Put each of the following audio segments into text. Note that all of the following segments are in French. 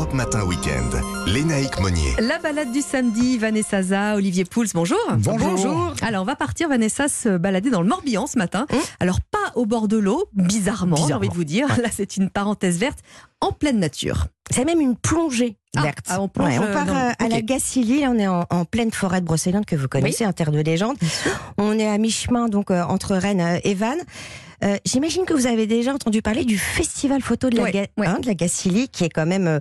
Europe Matin Week-end, Lénaïque Monnier. La balade du samedi, Vanessa Za, Olivier Pouls, bonjour. Bonjour. Alors on va partir, Vanessa, se balader dans le Morbihan ce matin. Alors pas au bord de l'eau, bizarrement, j'ai envie de vous dire. Là c'est une parenthèse verte en pleine nature. C'est même une plongée verte. On plonge, on part à la Gacilly, là on est en pleine forêt de Brocéliande que vous connaissez, un terre de légende. On est à mi-chemin donc entre Rennes et Vannes. J'imagine que vous avez déjà entendu parler du festival photo de la Gacilly, qui est quand même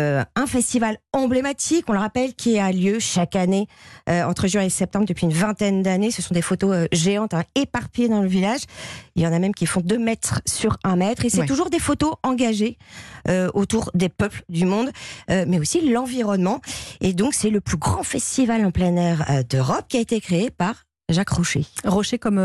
un festival emblématique, on le rappelle, qui a lieu chaque année entre juin et septembre depuis une vingtaine d'années. Ce sont des photos géantes éparpillées dans le village. Il y en a même qui font 2 mètres sur 1 mètre. Et c'est toujours des photos engagées autour des peuples du monde, mais aussi l'environnement. Et donc c'est le plus grand festival en plein air d'Europe qui a été créé par Jacques Rocher. Rocher comme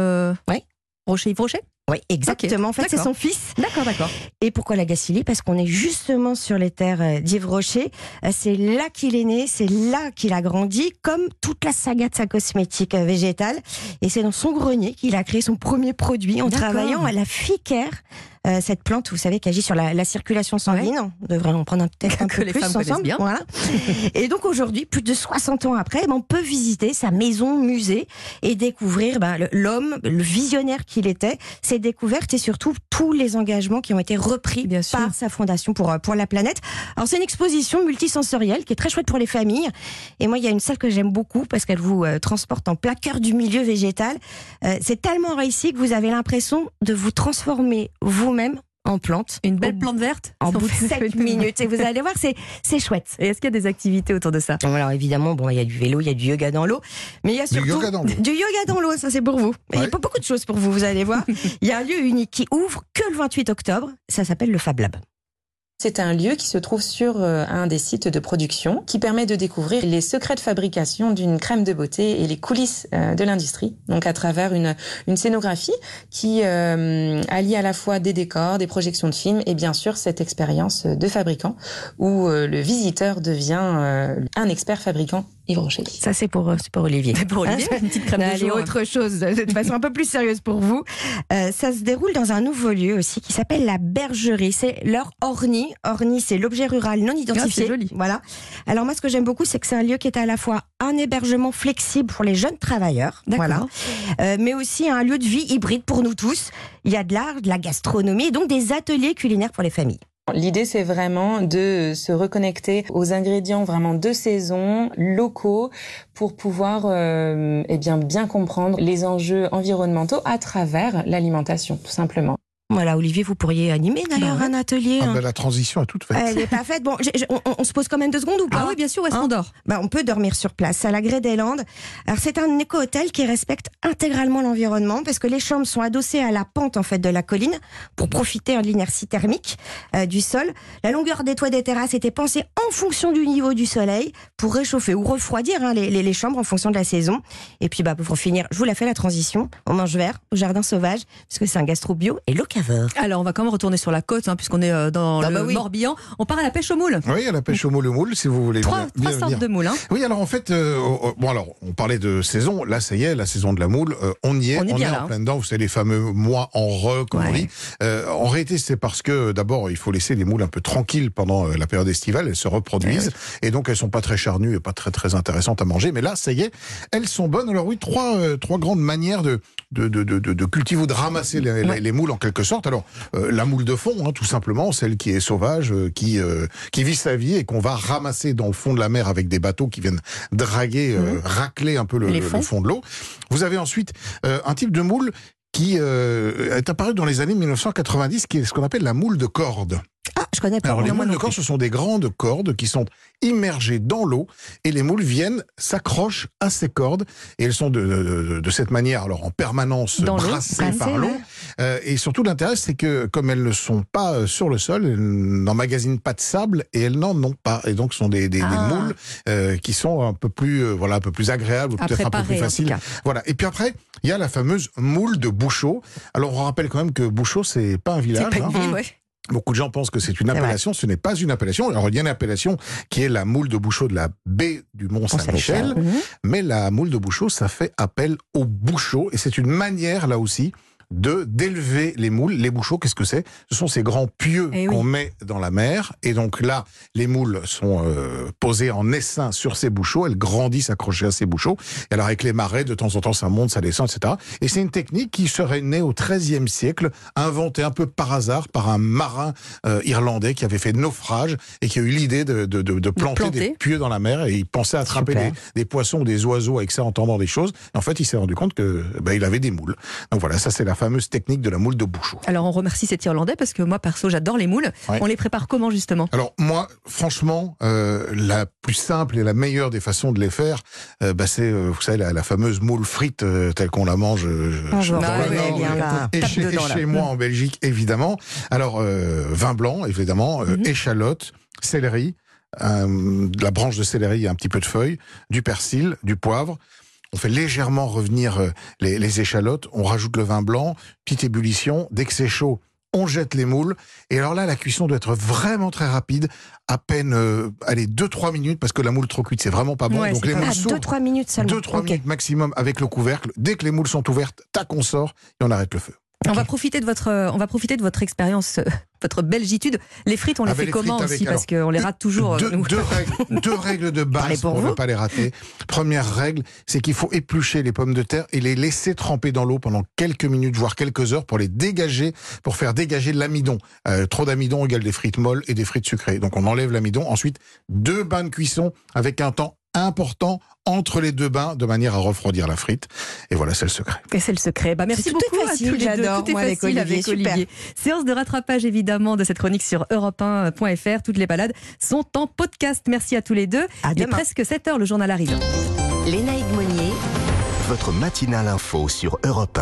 Rocher Yves Rocher. Oui, exactement. En fait, c'est son fils. D'accord. Et pourquoi la Gacilly ? Parce qu'on est justement sur les terres d'Yves Rocher. C'est là qu'il est né, c'est là qu'il a grandi, comme toute la saga de sa cosmétique végétale. Et c'est dans son grenier qu'il a créé son premier produit en travaillant à la ficaire. Cette plante, vous savez, qui agit sur la circulation sanguine. On devrait en prendre peut-être un peu plus ensemble. Bien. Voilà. Et donc aujourd'hui, plus de 60 ans après, on peut visiter sa maison musée et découvrir l'homme, le visionnaire qu'il était, ses découvertes et surtout tous les engagements qui ont été repris par sa fondation pour la planète. Alors c'est une exposition multisensorielle qui est très chouette pour les familles. Et moi, il y a une salle que j'aime beaucoup parce qu'elle vous transporte en plein cœur du milieu végétal. C'est tellement réussi que vous avez l'impression de vous transformer vous-même en plante. Une belle plante verte en bout de 7 minutes. Et vous allez voir, c'est chouette. Et est-ce qu'il y a des activités autour de ça ? Alors évidemment, il y a du vélo, il y a du yoga dans l'eau. Mais il y a surtout du yoga dans l'eau, ça c'est pour vous. Il y a pas beaucoup de choses pour vous allez voir. Il y a un lieu unique qui ouvre que le 28 octobre. Ça s'appelle le Fab Lab. C'est un lieu qui se trouve sur un des sites de production qui permet de découvrir les secrets de fabrication d'une crème de beauté et les coulisses de l'industrie. Donc à travers une scénographie qui allie à la fois des décors, des projections de films et bien sûr cette expérience de fabricant où le visiteur devient un expert fabricant Yves Rocher. Ça c'est pour Olivier. C'est pour Olivier, une petite crème de jour. Autre chose, de façon un peu plus sérieuse pour vous. Ça se déroule dans un nouveau lieu aussi qui s'appelle la Bergerie. C'est leur Orny. Orny, c'est l'objet rural non identifié. C'est joli. Voilà. Alors moi, ce que j'aime beaucoup, c'est que c'est un lieu qui est à la fois un hébergement flexible pour les jeunes travailleurs, mais aussi un lieu de vie hybride pour nous tous. Il y a de l'art, de la gastronomie, et donc des ateliers culinaires pour les familles. L'idée, c'est vraiment de se reconnecter aux ingrédients vraiment de saison, locaux, pour pouvoir bien comprendre les enjeux environnementaux à travers l'alimentation, tout simplement. Voilà, Olivier, vous pourriez animer d'ailleurs un atelier. La transition est toute faite. Elle n'est pas faite. Bon, on se pose quand même 2 secondes ou pas ? Ah oui, bien sûr, est-ce qu'on dort ? On peut dormir sur place, à la Grée des Landes. Alors c'est un éco-hôtel qui respecte intégralement l'environnement parce que les chambres sont adossées à la pente en fait de la colline pour profiter de l'inertie thermique du sol. La longueur des toits des terrasses était pensée en fonction du niveau du soleil pour réchauffer ou refroidir les chambres en fonction de la saison. Et puis pour finir, je vous la fais la transition. On mange vert au jardin sauvage parce que c'est un gastro bio et locavore. Alors on va quand même retourner sur la côte puisqu'on est dans le Morbihan. On part à la pêche au moule. Oui, à la pêche au moule si vous voulez. Trois sortes de moules. Oui, alors en fait, on parlait de saison. Là, ça y est, la saison de la moule, on y est. On est en plein dedans. Vous savez, les fameux mois en comme on dit. En réalité, c'est parce que d'abord, il faut laisser les moules un peu tranquilles pendant la période estivale. Elles se reproduisent et donc elles sont pas très charnues et pas très très intéressantes à manger. Mais là, ça y est, elles sont bonnes. Alors oui, trois grandes manières de cultiver ou de ramasser les moules en quelque sorte. Alors, la moule de fond, tout simplement, celle qui est sauvage, qui vit sa vie et qu'on va ramasser dans le fond de la mer avec des bateaux qui viennent draguer, racler un peu le fond de l'eau. Vous avez ensuite un type de moule qui est apparu dans les années 1990, qui est ce qu'on appelle la moule de corde. Ah, je connais pas. Alors, les moules de corde, ce sont des grandes cordes qui sont immergées dans l'eau et les moules s'accrochent à ces cordes et elles sont de cette manière, alors en permanence brassées par l'eau. Et surtout, l'intérêt, c'est que comme elles ne sont pas sur le sol, elles n'emmagasinent pas de sable et elles n'en ont pas. Et donc, ce sont des moules qui sont un peu plus agréables, peut-être un peu plus faciles. Voilà. Et puis après, il y a la fameuse moule de Bouchot. Alors, on rappelle quand même que Bouchot, c'est pas un village. C'est pas une ville, Beaucoup de gens pensent que c'est une appellation, ce n'est pas une appellation. Alors il y a une appellation qui est la moule de Bouchot de la baie du Mont-Saint-Michel, mais la moule de Bouchot, ça fait appel au bouchot, et c'est une manière là aussi d'élever les moules. Les bouchots, qu'est-ce que c'est? Ce sont ces grands pieux qu'on met dans la mer. Et donc là, les moules sont posées en essaim sur ces bouchots. Elles grandissent accrochées à ces bouchots. Et alors avec les marées, de temps en temps, ça monte, ça descend, etc. Et c'est une technique qui serait née au XIIIe siècle, inventée un peu par hasard par un marin irlandais qui avait fait naufrage et qui a eu l'idée de planter des pieux dans la mer. Et il pensait attraper des poissons ou des oiseaux avec ça en tendant des choses. Et en fait, il s'est rendu compte que il avait des moules. Donc voilà, ça c'est la fameuse technique de la moule de bouchot. Alors on remercie cet Irlandais parce que moi perso j'adore les moules. Ouais. On les prépare comment justement? Alors moi franchement la plus simple et la meilleure des façons de les faire c'est vous savez la fameuse moule frite telle qu'on la mange chez moi en Belgique évidemment. Alors vin blanc évidemment, échalote, céleri, de la branche de céleri et un petit peu de feuilles, du persil, du poivre. On fait légèrement revenir les échalotes, on rajoute le vin blanc, petite ébullition, dès que c'est chaud, on jette les moules. Et alors là, la cuisson doit être vraiment très rapide, à peine 2-3 minutes, parce que la moule trop cuite, c'est vraiment pas bon. Ouais, donc les moules 2-3 minutes seulement. 2-3 minutes maximum avec le couvercle. Dès que les moules sont ouvertes, tac, on sort et on arrête le feu. On va profiter de votre expérience, votre belgitude. Les frites, on les fait comment aussi? Parce qu'on les rate toujours. Deux règles de base pour ne pas les rater. Première règle, c'est qu'il faut éplucher les pommes de terre et les laisser tremper dans l'eau pendant quelques minutes, voire quelques heures, pour les dégager, pour faire dégager l'amidon. Trop d'amidon égale des frites molles et des frites sucrées. Donc on enlève l'amidon. Ensuite, 2 bains de cuisson avec un temps important entre les 2 bains de manière à refroidir la frite. Et voilà, c'est le secret. Et c'est le secret. Merci beaucoup à tous les deux. J'adore, moi, avec Olivier. Séance de rattrapage évidemment de cette chronique sur europe1.fr. Toutes les balades sont en podcast. Merci à tous les deux. Il est presque 7h, le journal arrive. Lénaïque Monnier. Votre matinale info sur Europe 1.